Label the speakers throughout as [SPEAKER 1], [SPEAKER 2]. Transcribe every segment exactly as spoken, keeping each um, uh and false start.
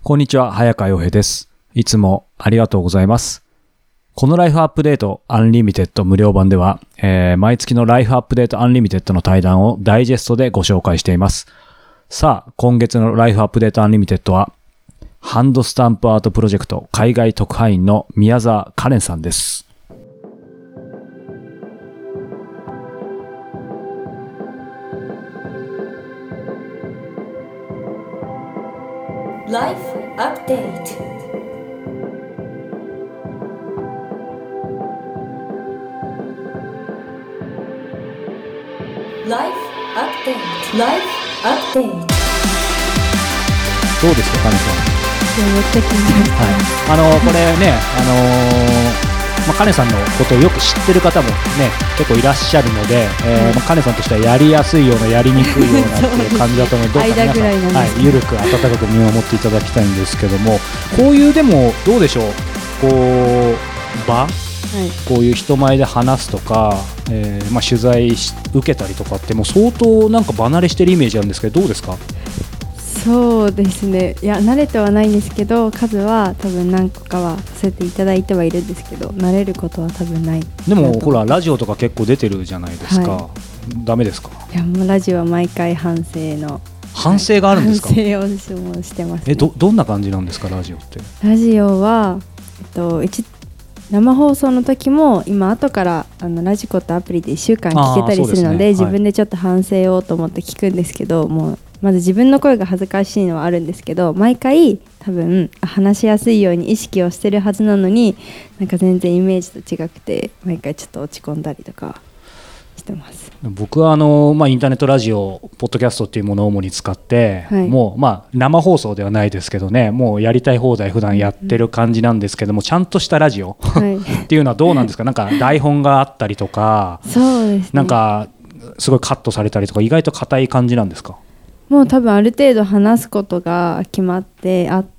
[SPEAKER 1] こんにちは、早川洋平です。いつもありがとうございます。このライフアップデートアンリミテッド無料版では、えー、毎月のライフアップデートアンリミテッドの対談をダイジェストでご紹介しています。さあ、今月のライフアップデートアンリミテッドは、ハンドスタンプアートプロジェクト海外特派員の宮沢カレンさんです。
[SPEAKER 2] ライフアップデートライフアップデートライフアップデート
[SPEAKER 1] どうですか、カレンさん。
[SPEAKER 3] めっちゃ気になり
[SPEAKER 1] はい、あのこれね、あのーまあ、カネさんのことをよく知ってる方もね結構いらっしゃるので、えーまあ、カネさんとしてはやりやすいようなやりにくいようなっていう感じだと思うので、どうか皆さん、はい、ゆるく温かく見守っていただきたいんですけども、こういうでもどうでしょう、こう場、はい、こういう人前で話すとか、えーまあ、取材し受けたりとかってもう相当なんか離れしてるイメージあるんですけど、どうですか？
[SPEAKER 3] そうですね、いや慣れてはないんですけど、数は多分何個かはさせていただいてはいるんですけど、慣れることは多分ない。
[SPEAKER 1] でもほらラジオとか結構出てるじゃないですか、はい、ダメですか？
[SPEAKER 3] いやもうラジオは毎回反省の
[SPEAKER 1] 反省があるんですか？
[SPEAKER 3] 反省をしてます、ね、
[SPEAKER 1] え ど, どんな感じなんですかラジオって？
[SPEAKER 3] ラジオは、えっと、一生放送の時も今後からあのラジコとアプリでいっしゅうかん聞けたりするの で, で、ね、自分でちょっと反省をと思って聞くんですけど、はい、もうまず自分の声が恥ずかしいのはあるんですけど、毎回多分話しやすいように意識をしてるはずなのに、なんか全然イメージと違くて毎回ちょっと落ち込んだりとかしてます。
[SPEAKER 1] 僕はあの、まあ、インターネットラジオポッドキャストっていうものを主に使って、はい、もう、まあ、生放送ではないですけどね、もうやりたい放題普段やってる感じなんですけども、うん、ちゃんとしたラジオ、はい、っていうのはどうなんですか？なんか台本があったりとか、
[SPEAKER 3] そうですね、
[SPEAKER 1] なんかすごいカットされたりとか、意外と硬い感じなんですか？
[SPEAKER 3] もう多分ある程度話すことが決まってあって、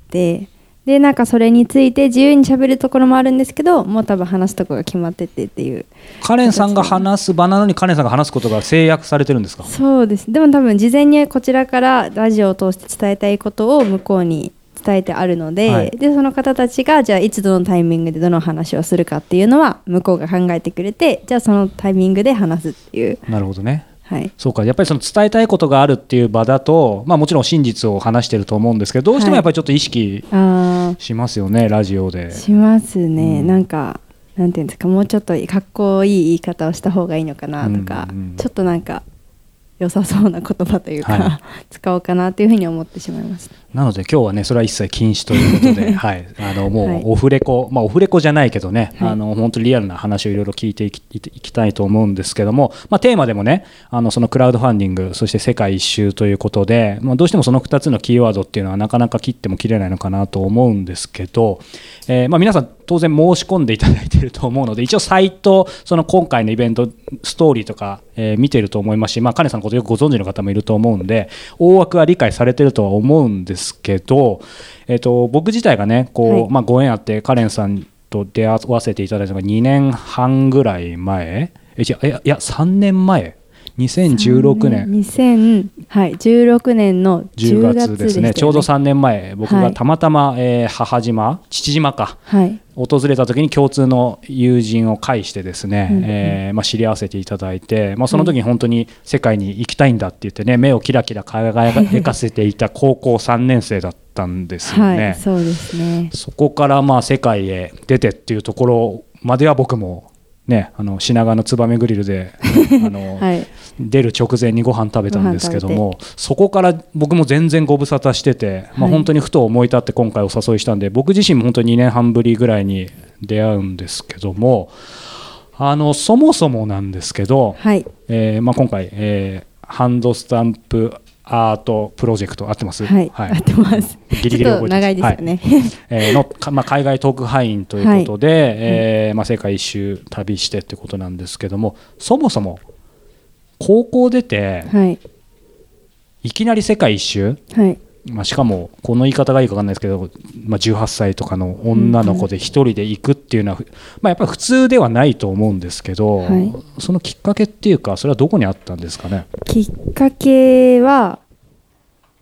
[SPEAKER 3] でなんかそれについて自由に喋るところもあるんですけど、もう多分話すところが決まっててっていう。
[SPEAKER 1] カレンさんが話す場なのにカレンさんが話すことが制約されてるんですか？
[SPEAKER 3] そうです。でも多分事前にこちらからラジオを通して伝えたいことを向こうに伝えてあるので、はい、でその方たちがじゃあいつどのタイミングでどの話をするかっていうのは向こうが考えてくれて、じゃあそのタイミングで話すっていう。
[SPEAKER 1] なるほどね。
[SPEAKER 3] はい、
[SPEAKER 1] そうか、やっぱりその伝えたいことがあるっていう場だと、まあ、もちろん真実を話してると思うんですけど、どうしてもやっぱりちょっと意識しますよね、はい、ラジオで。
[SPEAKER 3] しますね、うん、なんかなんていうんですか、もうちょっとかっこいい言い方をした方がいいのかなとか、うんうん、ちょっとなんか良さそうな言葉というか、はい、使おうかなというふうに思ってしまいました。
[SPEAKER 1] なので今日はね、それは一切禁止ということで、はい、あのもうオフレコ、まあ、オフレコじゃないけどね、はい、あの本当にリアルな話をいろいろ聞いていき、いきたいと思うんですけども、まあ、テーマでもね、あのそのクラウドファンディング、そして世界一周ということで、まあ、どうしてもそのふたつのキーワードっていうのはなかなか切っても切れないのかなと思うんですけど、えーまあ、皆さん当然申し込んでいただいていると思うので、一応サイト、その今回のイベントストーリーとか、えー、見てると思いますし、まあ、カネさんのことよくご存知の方もいると思うんで、大枠は理解されてるとは思うんですけど、えー、と僕自体がねこう、はい、まあ、ご縁あってカレンさんと出会わせていただいたのがにねんはんぐらい前、えいやいやさんねんまえ、にせんじゅうろくねん、
[SPEAKER 3] にせんじゅうろくねんのじゅうがつですね、
[SPEAKER 1] ちょうどさんねんまえ、僕がたまたま、はい、えー、母島父島か、はい、訪れた時に共通の友人を介してですね、うんうん、えーまあ、知り合わせていただいて、まあ、その時に本当に世界に行きたいんだって言ってね、目をキラキラ輝かせていた高校さんねん生だったんですよね、
[SPEAKER 3] はい、そうですね。
[SPEAKER 1] そこからまあ世界へ出てっていうところまでは僕もね、あの品川のツバメグリルであの、はい、出る直前にご飯食べたんですけども、そこから僕も全然ご無沙汰してて、はい、まあ、本当にふと思い立って今回お誘いしたんで、僕自身も本当ににねんはんぶりぐらいに出会うんですけども、あのそもそもなんですけど、はい、えーまあ、今回、えー、ハンドスタンプアートプロジェクト合ってます？
[SPEAKER 3] はい、はい、合ってます。ギリギリ覚えてます。ちょっと長いですよね、はい、
[SPEAKER 1] えー、の、まあ、海外特派員ということで、はい、えーまあ、世界一周旅してってことなんですけども、そもそも高校出て、はい、いきなり世界一周、はい、まあ、しかもこの言い方がいいか分かんないですけど、まあ、じゅうはっさいとかの女の子で一人で行くっていうのは、まあ、やっぱり普通ではないと思うんですけど、はい、そのきっかけっていうか、それはどこにあったんですかね？
[SPEAKER 3] きっかけは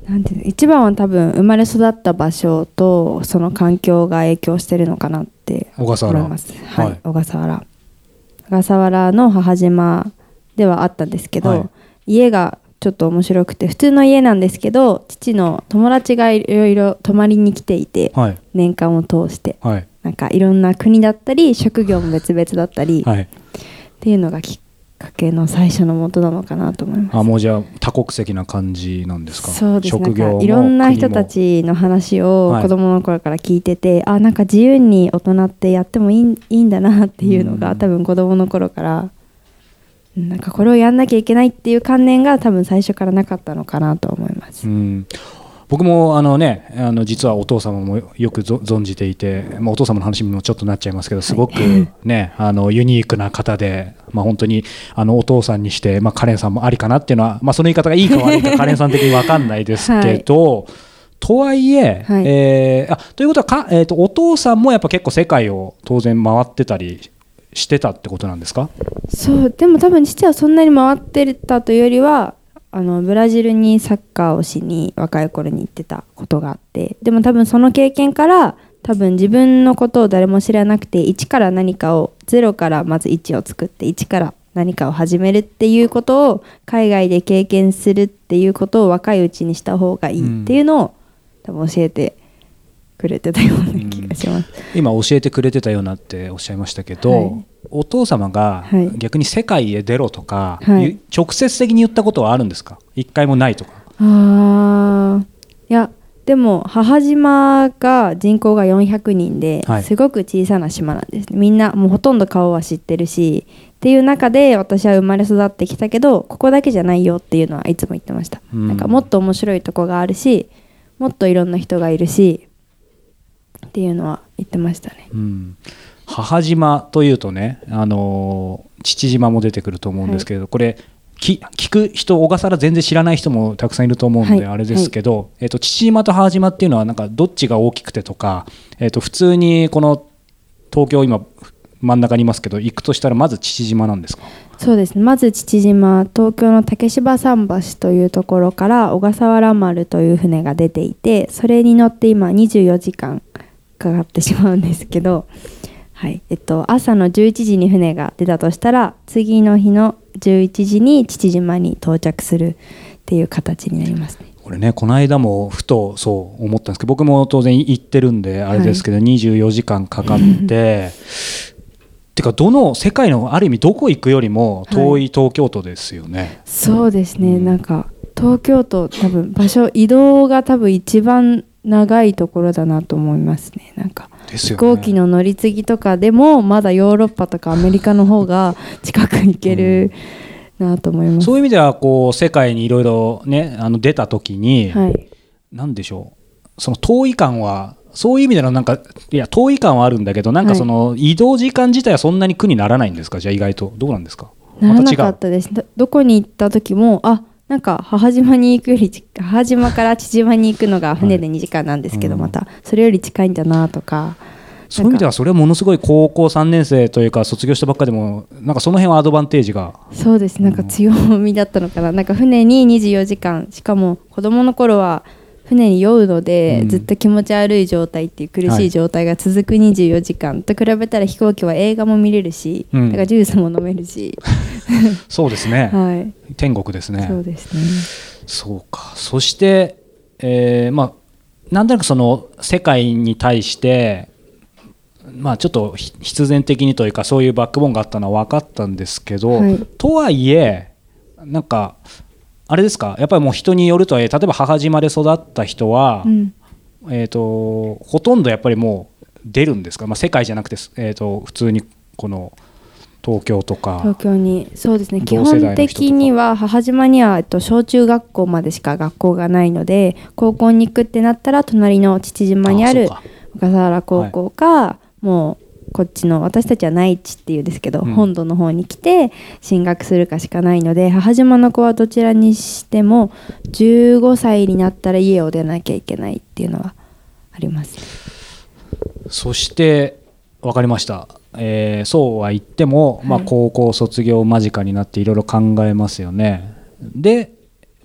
[SPEAKER 3] なんていうの、一番は多分生まれ育った場所とその環境が影響してるのかなって思います。はい、はい、小笠原小笠原の母島ではあったんですけど、はい、家がちょっと面白くて普通の家なんですけど、父の友達がいろいろ泊まりに来ていて、はい、年間を通して、はい、なんかいろんな国だったり職業も別々だったり、はい、っていうのがきっかけの最初の元なのかなと思います。
[SPEAKER 1] あ、もうじゃあ多国籍な感じなんですか。
[SPEAKER 3] そうです。職業もいろんな人たちの話を子供の頃から聞いてて、はい、あ、なんか自由に大人ってやってもいい、いいんだなっていうのが、多分子供の頃からなんかこれをやんなきゃいけないっていう観念が多分最初からなかったのかなと思います。うん、
[SPEAKER 1] 僕もあの、ね、あの実はお父様もよく存じていて、まあ、お父様の話にもちょっとなっちゃいますけど、すごく、ね、はい、あのユニークな方で、まあ、本当にあのお父さんにして、まあ、カレンさんもありかなっていうのは、まあ、その言い方がいいか悪いかカレンさん的に分かんないですけど、はい、とはいえ、はい、えー、あということはか、えーと、お父さんもやっぱ結構世界を当然回ってたりしてたってことなんですか。
[SPEAKER 3] そう、でも多分父はそんなに回ってたというよりは、あのブラジルにサッカーをしに若い頃に行ってたことがあって、でも多分その経験から多分自分のことを誰も知らなくて、一から何かをゼロからまずいちを作って一から何かを始めるっていうことを海外で経験するっていうことを若いうちにした方がいいっていうのを多分教えてくれてたような気がします。
[SPEAKER 1] うん、今教えてくれてたようなっておっしゃいましたけど、はい、お父様が逆に世界へ出ろとか、はい、直接的に言ったことはあるんですか。一回もないとか。
[SPEAKER 3] あ、いやでも母島が人口がよんひゃくにんで、はい、すごく小さな島なんですね。みんなもうほとんど顔は知ってるしっていう中で、私は生まれ育ってきたけどここだけじゃないよっていうのはいつも言ってました。うん、なんかもっと面白いとこがあるし、もっといろんな人がいるしっていうのは言ってましたね。うん、
[SPEAKER 1] 母島というとね、あのー、父島も出てくると思うんですけど、はい、これき聞く人、小笠原全然知らない人もたくさんいると思うんで、はい、あれですけど、はい、えーと、父島と母島っていうのはなんかどっちが大きくてとか、えーと、普通にこの東京今真ん中にいますけど行くとしたらまず父島なんですか。
[SPEAKER 3] そうですね、まず父島、東京の竹芝桟橋というところから小笠原丸という船が出ていて、それに乗って今にじゅうよじかんかかってしまうんですけど、はい、えっと、朝のじゅういちじに船が出たとしたら次の日のじゅういちじに父島に到着するっていう形になりますね。
[SPEAKER 1] これね、この間もふとそう思ったんですけど、僕も当然行ってるんであれですけど、はい、にじゅうよじかんかかっててかどの世界のある意味どこ行くよりも遠い東京都ですよね。はい、
[SPEAKER 3] そうですね、うん、なんか東京都多分場所移動が多分一番長いところだなと思いますね。なんか飛行機の乗り継ぎとかでもまだヨーロッパとかアメリカの方が近くに行けるなと思います。うん、
[SPEAKER 1] そういう意味ではこう世界にいろいろね、あの出た時に、はい、なんでしょう、その遠い感はそういう意味でのなんか、いや遠い感はあるんだけど、なんかその移動時間自体はそんなに苦にならないんですか。じゃあ意外とどうなんですか。
[SPEAKER 3] ならなかったです。 ど, どこに行った時も、あ、なんか母島に行くより母島から父島に行くのが船でにじかんなんですけど、はい、またそれより近いんだなとか、
[SPEAKER 1] そういう意味ではそれはものすごい高校さんねん生というか卒業したばっかでもなんかその辺はアドバンテージが。
[SPEAKER 3] そうです、なんか強みだったのかな。なんか船ににじゅうよじかん、しかも子供の頃は船に酔うので、うん、ずっと気持ち悪い状態っていう苦しい状態が続くにじゅうよじかんと比べたら、飛行機は映画も見れるし、うん、だからジュースも飲めるし
[SPEAKER 1] そうですね、はい、天国ですね。
[SPEAKER 3] そうですね。
[SPEAKER 1] そうか。そして、えー、まあなんとなくその世界に対してまあちょっと必然的にというかそういうバックボーンがあったのは分かったんですけど、はい、とはいえなんかあれですか、やっぱりもう人によるとはいえ、例えば母島で育った人は、うん、えーと、ほとんどやっぱりもう出るんですか。まあ、世界じゃなくて、えーと、普通にこの東京とか
[SPEAKER 3] 東京に。そうですね、基本的には母島には、えっと、小中学校までしか学校がないので、高校に行くってなったら隣の父島にある小笠原高校か、はい、もうこっちの私たちは内地っていうんですけど、うん、本土の方に来て進学するかしかないので、母島の子はどちらにしてもじゅうごさいになったら家を出なきゃいけないっていうのはあります。
[SPEAKER 1] そして分かりました、えー、そうは言っても、はい、まあ、高校卒業間近になっていろいろ考えますよね。で、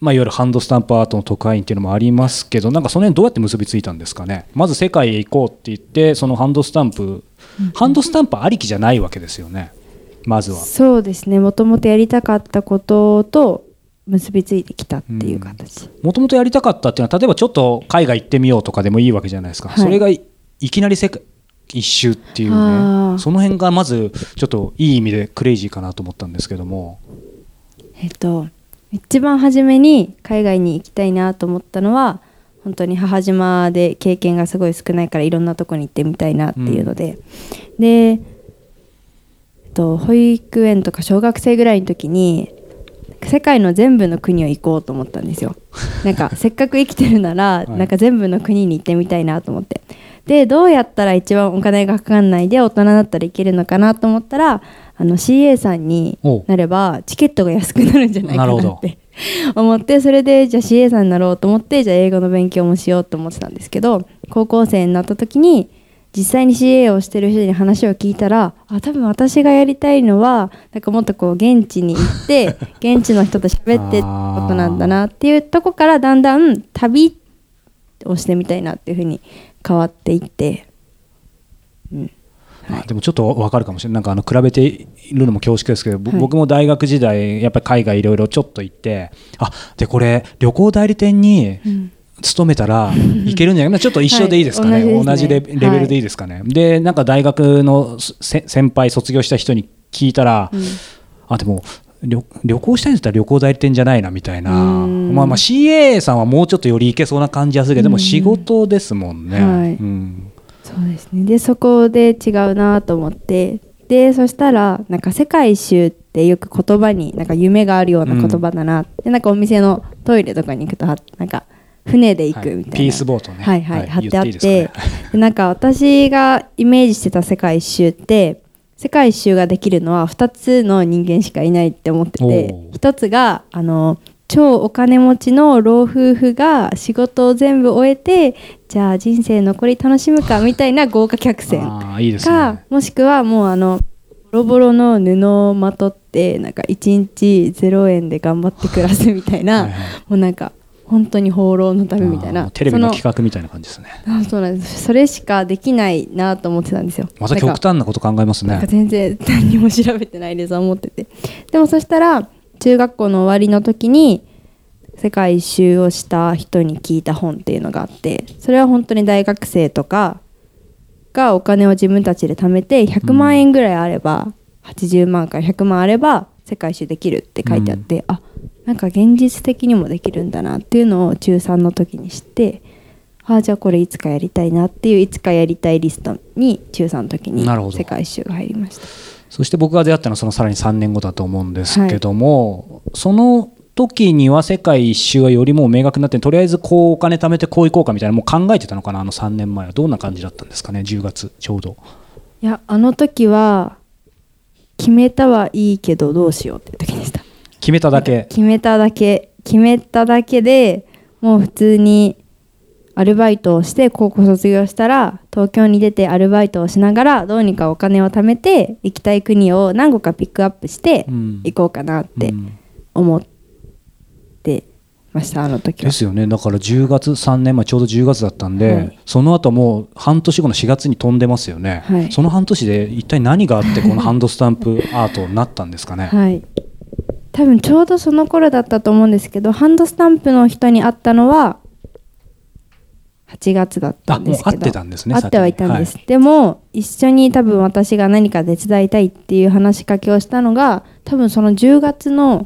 [SPEAKER 1] まあ、いわゆるハンドスタンプアートの特派員っていうのもありますけど、なんかその辺どうやって結びついたんですかね。まず世界へ行こうって言ってそのハンドスタンプ、うん、ハンドスタンプありきじゃないわけですよね。まずは
[SPEAKER 3] そうですね、もともとやりたかったことと結びついてきたっていう形。
[SPEAKER 1] もともとやりたかったっていうのは例えばちょっと海外行ってみようとかでもいいわけじゃないですか、はい、それが い, いきなり世界一周っていうね、その辺がまずちょっといい意味でクレイジーかなと思ったんですけども、
[SPEAKER 3] えっと一番初めに海外に行きたいなと思ったのは本当に母島で経験がすごい少ないからいろんなとこに行ってみたいなっていうので、うん、で、えっと、保育園とか小学生ぐらいの時に世界の全部の国を行こうと思ったんですよ。なんかせっかく生きてるなら、はい、なんか全部の国に行ってみたいなと思って、でどうやったら一番お金がかかんないで大人だったらいけるのかなと思ったら、あの シーエー さんになればチケットが安くなるんじゃないかなって思って、それでじゃあ シーエー さんになろうと思って、じゃあ英語の勉強もしようと思ってたんですけど、高校生になった時に実際に シーエー をしてる人に話を聞いたら、あ多分私がやりたいのはなんかもっとこう現地に行って現地の人と喋ってってことなんだなっていうとこからだんだん旅をしてみたいなっていう風に変わっていって、うんはい、
[SPEAKER 1] でもちょっと分かるかもしれない。なんかあの比べているのも恐縮ですけど、はい、僕も大学時代やっぱり海外いろいろちょっと行って、あでこれ旅行代理店に勤めたらいけるんじゃないかな、ちょっと一緒でいいですかね、はい、同じレベルでいいですかね、はい、でなんか大学の先輩卒業した人に聞いたら、うん、あでも旅, 旅行したいんだったら旅行代理店じゃないなみたいな、まあ、まあ シーエー さんはもうちょっとよりいけそうな感じはするけど、でも仕事ですもんね、はいうん、
[SPEAKER 3] そうですね。でそこで違うなと思って、でそしたらなんか世界一周ってよく言葉になんか夢があるような言葉だな、うん、でなんかお店のトイレとかに行くとなんか船で行くみたいな、はい、
[SPEAKER 1] ピースボートね、
[SPEAKER 3] はいはい、
[SPEAKER 1] はい、
[SPEAKER 3] 貼ってあって、いいですかね、
[SPEAKER 1] で
[SPEAKER 3] なんか私がイメージしてた世界一周って世界一周ができるのはふたつの人間しかいないって思ってて、ひとつがあの超お金持ちの老夫婦が仕事を全部終えて、じゃあ人生残り楽しむかみたいな豪華客船か、
[SPEAKER 1] いいですね、
[SPEAKER 3] もしくはもうあのボロボロの布をまとってなんかいちにちゼロえんで頑張って暮らすみたいなはい、はい、もうなんか本当に放浪の旅みたいな、
[SPEAKER 1] テレビの企画みたいな感じですね。
[SPEAKER 3] あそうなんです。それしかできないなと思ってたんですよ。
[SPEAKER 1] また極端なこと考えますね。
[SPEAKER 3] なんか全然何も調べてないです思ってて、でもそしたら中学校の終わりの時に世界一周をした人に聞いた本っていうのがあって、それは本当に大学生とかがお金を自分たちで貯めてひゃくまんえんぐらいあれば、うん、はちじゅうまんからひゃくまんあれば世界一周できるって書いてあって、うん、あなんか現実的にもできるんだなっていうのを中さんの時に知って、あじゃあこれいつかやりたいなっていういつかやりたいリストに中さんの時に世界一周が入りました。
[SPEAKER 1] そして僕が出会ったのはそのさらにさんねんごだと思うんですけども、はい、その時には世界一周はよりも明確になって、とりあえずこうお金貯めてこう行こうかみたいなもう考えてたのかな。あのさんねんまえはどんな感じだったんですかね。じゅうがつちょうど。
[SPEAKER 3] いやあの時は決めたはいいけどどうしようっていう時でした。
[SPEAKER 1] 決めただけ
[SPEAKER 3] 決めただけ決めただけでもう普通にアルバイトをして高校卒業したら東京に出てアルバイトをしながらどうにかお金を貯めて行きたい国を何個かピックアップして行こうかなって思ってました、あの時は。
[SPEAKER 1] ですよね。だからじゅうがつさんねんまえちょうどじゅうがつだったんで、はい、その後もう半年後のしがつに飛んでますよね、はい、その半年で一体何があってこのハンドスタンプアートになったんですかね。
[SPEAKER 3] はい多分ちょうどその頃だったと思うんですけど、ハンドスタンプの人に会ったのははちがつだったんですけど、
[SPEAKER 1] あもう会ってたんですね。
[SPEAKER 3] 会ってはいたんです、はい、でも一緒に多分私が何か手伝いたいっていう話しかけをしたのが多分そのじゅうがつの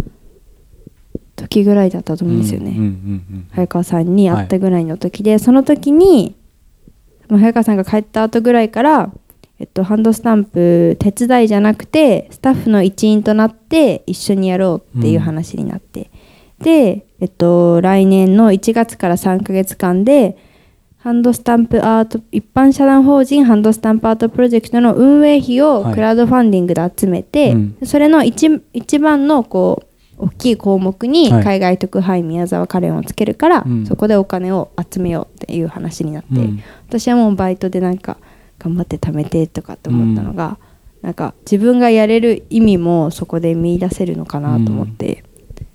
[SPEAKER 3] 時ぐらいだったと思うんですよね、うんうんうんうん、早川さんに会ったぐらいの時で、はい、その時に早川さんが帰った後ぐらいからえっと、ハンドスタンプ手伝いじゃなくてスタッフの一員となって一緒にやろうっていう話になって、うん、で、えっと、来年のいちがつからさんかげつかんでハンドスタンプアート一般社団法人ハンドスタンプアートプロジェクトの運営費をクラウドファンディングで集めて、はいうん、それの 一, 一番のこう大きい項目に海外特派員宮沢カレンをつけるから、はい、そこでお金を集めようっていう話になって、うん、私はもうバイトでなんか頑張って貯めてとかって思ったのが、うん、なんか自分がやれる意味もそこで見出せるのかなと思って、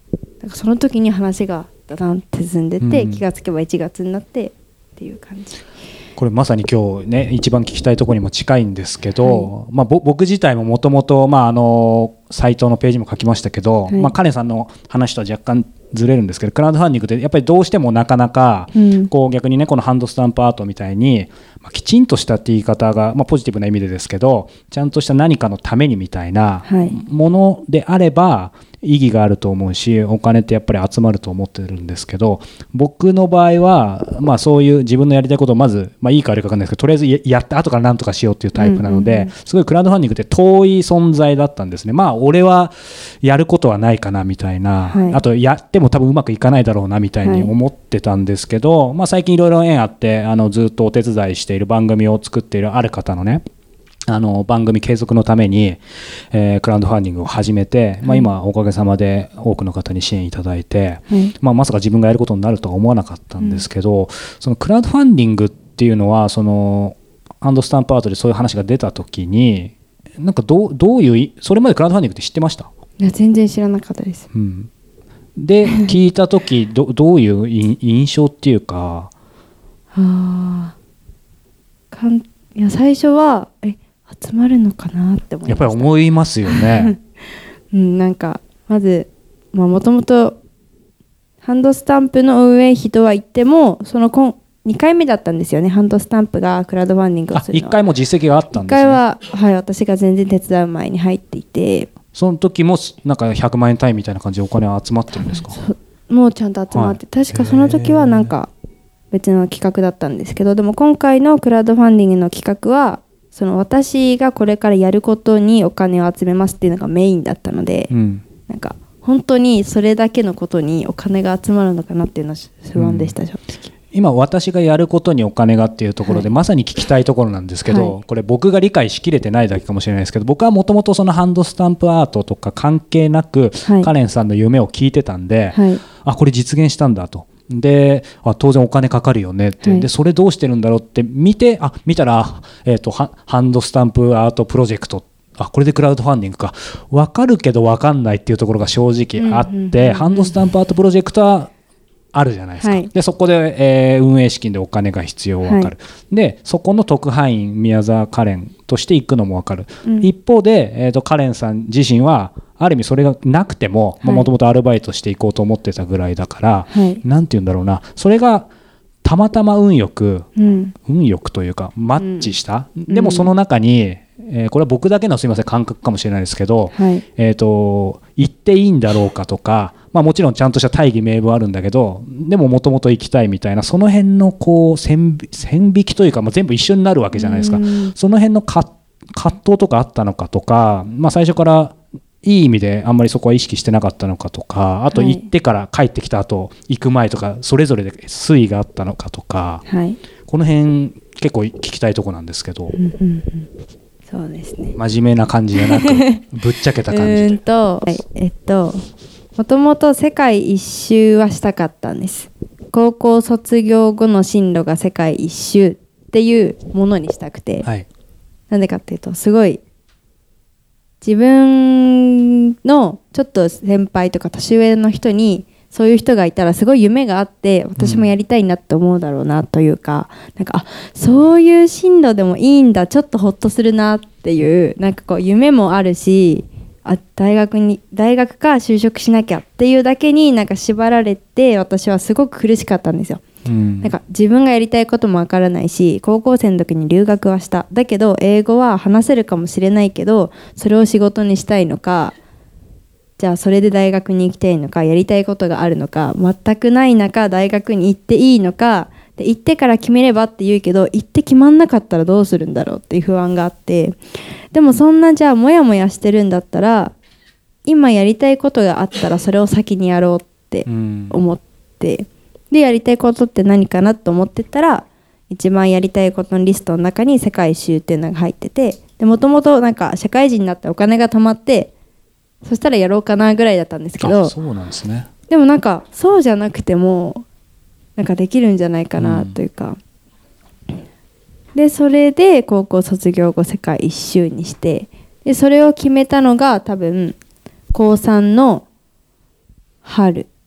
[SPEAKER 3] なんかその時に話がダダンって進んでて、
[SPEAKER 1] うん、
[SPEAKER 3] 気がつけばいちがつになってっていう感じ。
[SPEAKER 1] これまさに今日ね一番聞きたいところにも近いんですけど、はい、まあ、僕自体ももともとサイトのページも書きましたけど、はい、まあ、カレンさんの話とは若干ずれるんですけど、クラウドファンディングってやっぱりどうしてもなかなかこう逆にねこのハンドスタンプアートみたいに、まあ、きちんとしたって言い方が、まあ、ポジティブな意味でですけど、ちゃんとした何かのためにみたいなものであれば意義があると思うし、お金ってやっぱり集まると思ってるんですけど、僕の場合は、まあ、そういう自分のやりたいことをまず、まあ、いいか悪いか分かんないですけど、とりあえず や, やった後から何とかしようっていうタイプなので、うんうんうん、すごいクラウドファンディングって遠い存在だったんですね。まあ俺はやることはないかなみたいな、はい、あとやっても多分うまくいかないだろうなみたいに思ってたんですけど、はい、まあ、最近いろいろ縁あってあのずっとお手伝いしている番組を作っているある方のね、あの番組継続のために、えー、クラウドファンディングを始めて、はい、まあ、今おかげさまで多くの方に支援いただいて、はい、まあ、まさか自分がやることになるとは思わなかったんですけど、うん、そのクラウドファンディングっていうのはそのハンドスタンプアートでそういう話が出た時になんかどう、どういうそれまでクラウドファンディングって知ってました？
[SPEAKER 3] いや全然知らなかったです、
[SPEAKER 1] うん、で聞いた時ど, どういう印象っていうか
[SPEAKER 3] あかんいや最初はえ集まるのかなって思いました。
[SPEAKER 1] やっぱり思いますよね、
[SPEAKER 3] うん、なんかまずもともとハンドスタンプの運営費とは言ってもその今にかいめだったんですよね。ハンドスタンプがクラウドファンディングをするのは。あ、いっかいも
[SPEAKER 1] 実績があったんですね。
[SPEAKER 3] いっかいは、はい、私が全然手伝う前に入っていて、
[SPEAKER 1] その時もなんかひゃくまんえん単位みたいな感じでお金は集まってるんですか？
[SPEAKER 3] もうちゃんと集まって、はい、確かその時はなんか別の企画だったんですけど、でも今回のクラウドファンディングの企画はその私がこれからやることにお金を集めますっていうのがメインだったので、うん、なんか本当にそれだけのことにお金が集まるのかなっていうのは不安でした、うん、正直。
[SPEAKER 1] 今私がやることにお金がっていうところで、はい、まさに聞きたいところなんですけど、はい、これ僕が理解しきれてないだけかもしれないですけど、僕はもともとそのハンドスタンプアートとか関係なく、はい、カレンさんの夢を聞いてたんで、はい、あこれ実現したんだと。であ当然お金かかるよねって、はい、でそれどうしてるんだろうって見てあ見たら、えーと、ハンドスタンプアートプロジェクトあこれでクラウドファンディングか分かるけど分かんないっていうところが正直あって、うんうんうんうん、ハンドスタンプアートプロジェクトはあるじゃないですか、はい、でそこで、えー、運営資金でお金が必要分かる、はい、でそこの特派員宮沢カレンとして行くのも分かる、うん、一方で、えーと、カレンさん自身はある意味それがなくてももともとアルバイトしていこうと思ってたぐらいだから、はい、なんて言うんだろうな、それがたまたま運よく、うん、運よくというかマッチした、うん、でもその中に、えー、これは僕だけのすいません感覚かもしれないですけど、はい、えーと行っていいんだろうかとか、まあ、もちろんちゃんとした大義名分あるんだけどでももともと行きたいみたいなその辺のこう線引きというか、まあ、全部一緒になるわけじゃないですか。その辺の葛藤とかあったのかとか、まあ、最初からいい意味であんまりそこは意識してなかったのかとか、あと行ってから帰ってきた後行く前とかそれぞれで推移があったのかとか、はい、この辺結構聞きたいとこなんですけど、うんうんうん、
[SPEAKER 3] そうですね、
[SPEAKER 1] 真面目な感じじゃなくぶっちゃけた感じで
[SPEAKER 3] うんと、はい、えっともともと世界一周はしたかったんです。高校卒業後の進路が世界一周っていうものにしたくて、はい、なんでかっていうとすごい自分のちょっと先輩とか年上の人にそういう人がいたらすごい夢があって私もやりたいなって思うだろうなというか、うん、なんかあそういう進路でもいいんだちょっとホッとするなっていうなんかこう夢もあるしあ大学に大学か就職しなきゃっていうだけになんか縛られて私はすごく苦しかったんですよ、うん、なんか自分がやりたいこともわからないし高校生の時に留学はしただけど英語は話せるかもしれないけどそれを仕事にしたいのかじゃあそれで大学に行きたいのかやりたいことがあるのか全くない中大学に行っていいのかで行ってから決めればって言うけど行って決まんなかったらどうするんだろうっていう不安があってでもそんなじゃあモヤモヤしてるんだったら今やりたいことがあったらそれを先にやろうって思って、うん、でやりたいことって何かなと思ってたら一番やりたいことのリストの中に世界一周っていうのが入っててでもともとなんか社会人になってお金が貯まってそしたらやろうかなぐらいだったんですけど
[SPEAKER 1] そうなんですね。
[SPEAKER 3] でもなんかそうじゃなくてもなんかできるんじゃないかなというか、うん、でそれで高校卒業後世界一周にしてでそれを決めたのが多分高さんの春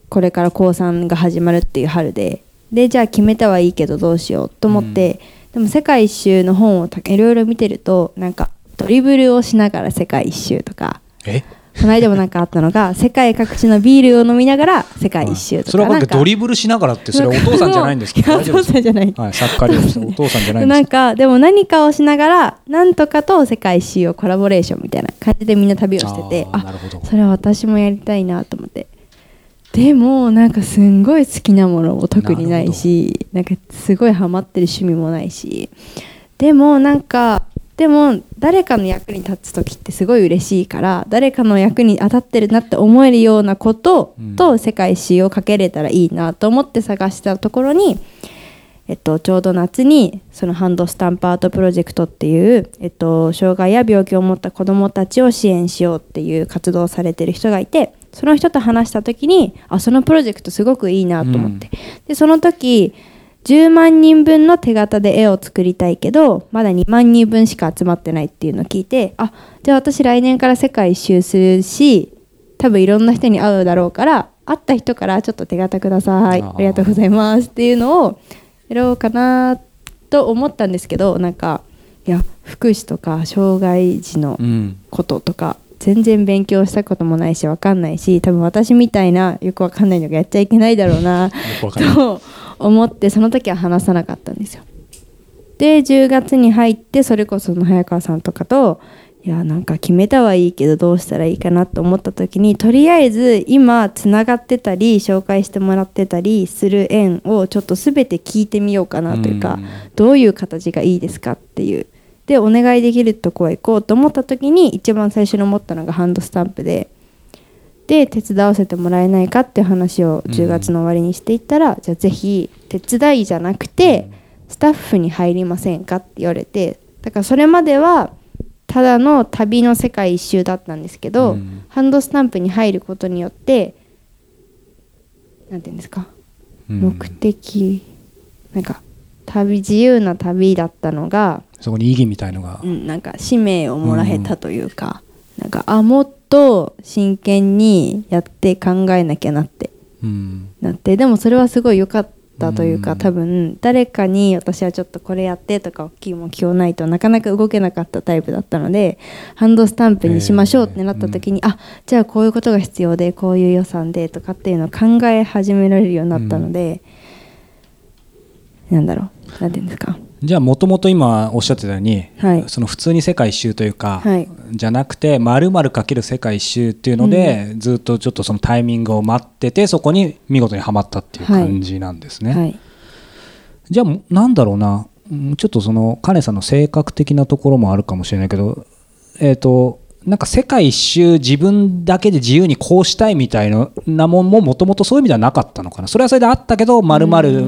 [SPEAKER 3] これから高さんが始まるっていう春ででじゃあ決めたはいいけどどうしようと思って、うん、でも世界一周の本をいろいろ見てるとなんかドリブルをしながら世界一周とか
[SPEAKER 1] え
[SPEAKER 3] この間もなんかあったのが世界各地のビールを飲みながら世界一周とか、
[SPEAKER 1] それはなんかドリブルしながらってそれはお父さんじゃないんですか？
[SPEAKER 3] お父さんじゃない、
[SPEAKER 1] はい、サッカー用してお父さんじゃないんですか？
[SPEAKER 3] なんかでも何かをしながらなんとかと世界一周をコラボレーションみたいな感じでみんな旅をしてて、あ、あそれは私もやりたいなと思って、でもなんかすんごい好きなものも特にないし、なんかすごいハマってる趣味もないし、でもなんかでも誰かの役に立つ時ってすごい嬉しいから、誰かの役に当たってるなって思えるようなことと世界一周をかけれたらいいなと思って探したところに、えっと、ちょうど夏にそのハンドスタンプアートプロジェクトっていう、えっと、障害や病気を持った子どもたちを支援しようっていう活動をされてる人がいて、その人と話した時にあそのプロジェクトすごくいいなと思って、うん、でその時じゅうまんにんぶんの手形で絵を作りたいけどまだにまんにんぶんしか集まってないっていうのを聞いて、あじゃあ私来年から世界一周するし多分いろんな人に会うだろうから会った人からちょっと手形ください あ, ありがとうございますっていうのをやろうかなと思ったんですけど、なんかいや福祉とか障害児のこととか、うん、全然勉強したこともないし分かんないし、多分私みたいなよく分かんないのがやっちゃいけないだろうなと思ってその時は話さなかったんですよ。でじゅうがつに入ってそれこその早川さんとかといやなんか決めたはいいけどどうしたらいいかなと思った時に、とりあえず今つながってたり紹介してもらってたりする縁をちょっと全て聞いてみようかなというか、うん、どういう形がいいですかっていうでお願いできるとこは行こうと思った時に一番最初に思ったのがハンドスタンプで、で手伝わせてもらえないかっていう話をじゅうがつの終わりにしていったら、うん、じゃあぜひ手伝いじゃなくてスタッフに入りませんかって言われて、だからそれまではただの旅の世界一周だったんですけど、うん、ハンドスタンプに入ることによってなんていうんですか、うん、目的なんか旅自由な旅だったのが
[SPEAKER 1] そこに意義みたいのが、
[SPEAKER 3] うん、なんか使命をもらえたというか、うん、なんかあもっと真剣にやって考えなきゃなって、うん、なってでもそれはすごい良かったというか、うん、多分誰かに私はちょっとこれやってとか大きい目標ないとなかなか動けなかったタイプだったので、ハンドスタンプにしましょうってなった時に、えーうん、あじゃあこういうことが必要でこういう予算でとかっていうのを考え始められるようになったので、うん、なんだろうなんていうんですか、
[SPEAKER 1] じゃあもともと今おっしゃってたように、
[SPEAKER 3] はい、
[SPEAKER 1] その普通に世界一周というか、
[SPEAKER 3] はい、
[SPEAKER 1] じゃなくて丸々かける世界一周っていうので、うん、ずっとちょっとそのタイミングを待っててそこに見事にはまったっていう感じなんですね、はいはい、じゃあなんだろうな、ちょっとそのカネさんの性格的なところもあるかもしれないけど、えーとなんか世界一周自分だけで自由にこうしたいみたいなもんももともとそういう意味ではなかったのかな。それはそれであったけど丸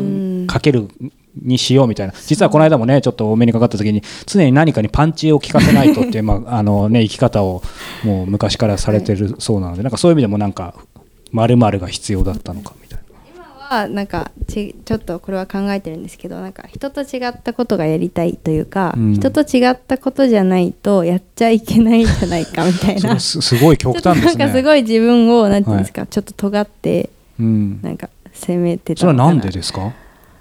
[SPEAKER 1] 々かけるにしようみたいな。実はこの間もねちょっとお目にかかった時に常に何かにパンチを効かせないとっていうまああのね生き方をもう昔からされてるそうなので、なんかそういう意味でもなんか丸々が必要だったのかみたいな。
[SPEAKER 3] 今はなんかち, ちょっとこれは考えてるんですけど、なんか人と違ったことがやりたいというか、うん、人と違ったことじゃないとやっちゃいけないんじゃないかみたいな
[SPEAKER 1] す, すごい極端ですね。
[SPEAKER 3] なんかすごい自分をなんていうんですか、はい、ちょっと尖って、うん、なんか責めてた
[SPEAKER 1] のかな。それはなんでですか？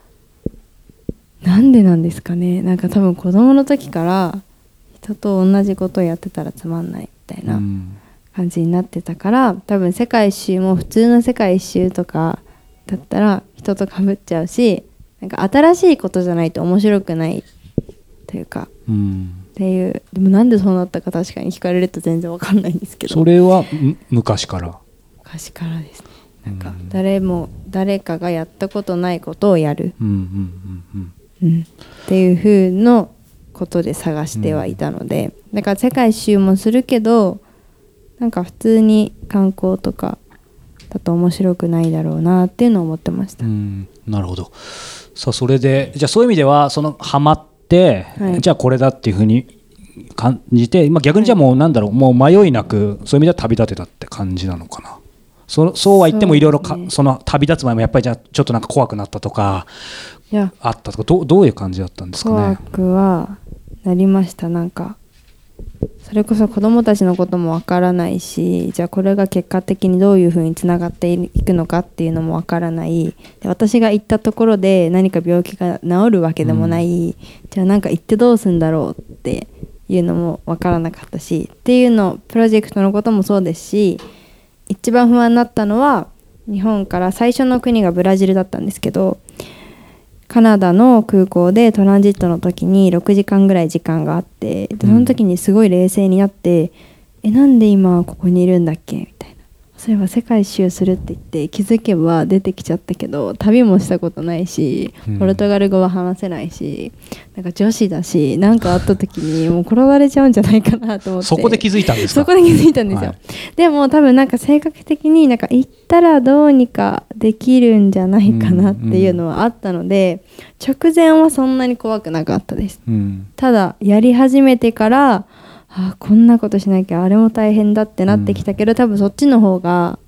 [SPEAKER 3] なんでなんですかね。なんか多分子供の時から人と同じことをやってたらつまんないみたいな感じになってたから、多分世界一周も普通の世界一周とかだったら人と被っちゃうし、なんか新しいことじゃないと面白くないというか、うん、っていう。でもなんでそうなったか確かに聞かれると全然わかんないんですけど、
[SPEAKER 1] それは昔から
[SPEAKER 3] 昔からですね。なんか誰も誰かがやったことないことをやる、うんうんうんうんうん、っていう風のことで探してはいたので、うん、だから世界一周もするけどなんか普通に観光とかだと面白くないだろうなっていうのを思ってました。
[SPEAKER 1] うん、なるほど。さあそれでじゃあそういう意味ではそのハマって、はい、じゃあこれだっていう風に感じて、まあ、逆にじゃあもうなんだろう、もう迷いなくそういう意味では旅立てたって感じなのかな。そ, そうは言ってもいろいろその旅立つ前もやっぱりじゃあちょっとなんか怖くなったとか
[SPEAKER 3] いや
[SPEAKER 1] あったとか ど, どういう感じだったんですかね。
[SPEAKER 3] 怖くはなりました。なんかそれこそ子どもたちのこともわからないし、じゃあこれが結果的にどういうふうにつながっていくのかっていうのもわからない。で私が行ったところで何か病気が治るわけでもない、うん、じゃあなんか行ってどうするんだろうっていうのもわからなかったしっていうの、プロジェクトのこともそうですし、一番不安になったのは日本から最初の国がブラジルだったんですけど、カナダの空港でトランジットの時にろくじかんぐらい時間があって、でその時にすごい冷静になって、うん、えなんで今ここにいるんだっけみたいな、そういえば世界一周するって言って気づけば出てきちゃったけど、旅もしたことないしポルトガル語は話せないし、なんか女子だし、なんかあった時にもう殺されちゃうんじゃないかなと思って
[SPEAKER 1] そこで気づいたんですか？
[SPEAKER 3] そこで気づいたんですよ、はい、でも多分なんか性格的になんか行ったらどうにかできるんじゃないかなっていうのはあったので、うんうん、直前はそんなに怖くなかったです、うん、ただやり始めてからあこんなことしなきゃあれも大変だってなってきたけど、うん、多分そっちの方が、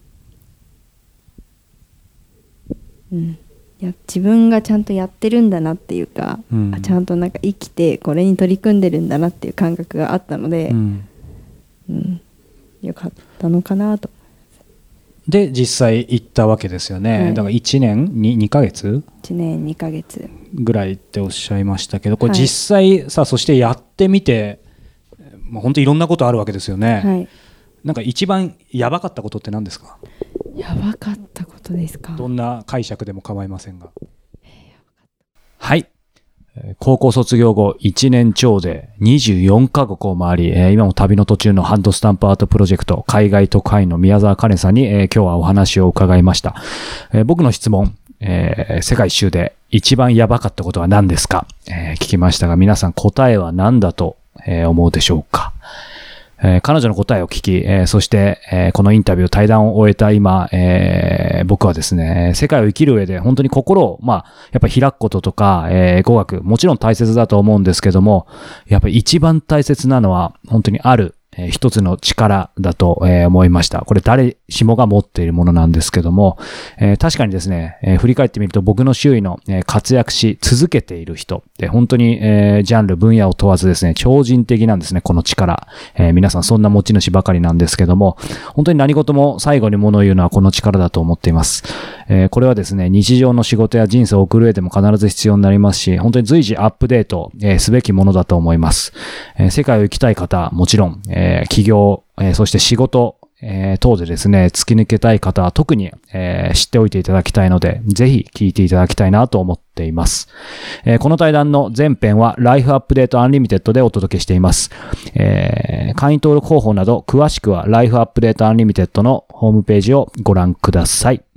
[SPEAKER 3] うん、いや自分がちゃんとやってるんだなっていうか、うん、ちゃんとなんか生きてこれに取り組んでるんだなっていう感覚があったので、うんうん、よかったのかなと。
[SPEAKER 1] で実際行ったわけですよね、はい、だからいちねんににかげつ
[SPEAKER 3] いちねんにかげつ
[SPEAKER 1] ぐらいっておっしゃいましたけど、これ実際さ、はい、そしてやってみてまあ、本当にいろんなことあるわけですよね、はい、なんか一番やばかったことって何ですか？
[SPEAKER 3] やばかったことですか？
[SPEAKER 1] どんな解釈でも構いませんが。はい、高校卒業後いちねん超でにじゅうよんカ国を回り、今も旅の途中のハンドスタンプアートプロジェクト海外特派員の宮沢かねさんに今日はお話を伺いました。僕の質問、えー、世界一周で一番やばかったことは何ですか、えー、聞きましたが、皆さん答えは何だとえー、思うでしょうか。えー、彼女の答えを聞き、えー、そして、えー、このインタビュー対談を終えた今、えー、僕はですね、世界を生きる上で本当に心をまあやっぱり開くこととか、えー、語学もちろん大切だと思うんですけども、やっぱり一番大切なのは本当にあるえー、一つの力だと、えー、思いました。これ誰しもが持っているものなんですけども、えー、確かにですね、えー、振り返ってみると僕の周囲の、えー、活躍し続けている人って本当に、えー、ジャンル分野を問わずですね、超人的なんですね、この力、えー、皆さんそんな持ち主ばかりなんですけども、本当に何事も最後に物を言うのはこの力だと思っています。えー、これはですね、日常の仕事や人生を送る上でも必ず必要になりますし、本当に随時アップデート、えー、すべきものだと思います。えー、世界を生きたい方、もちろん、えーえー、企業、えー、そして仕事、えー、等でですね、突き抜けたい方は特に、えー、知っておいていただきたいので、ぜひ聞いていただきたいなと思っています。えー、この対談の前編はライフアップデートアンリミテッドでお届けしています。えー、会員登録方法など詳しくはライフアップデートアンリミテッドのホームページをご覧ください。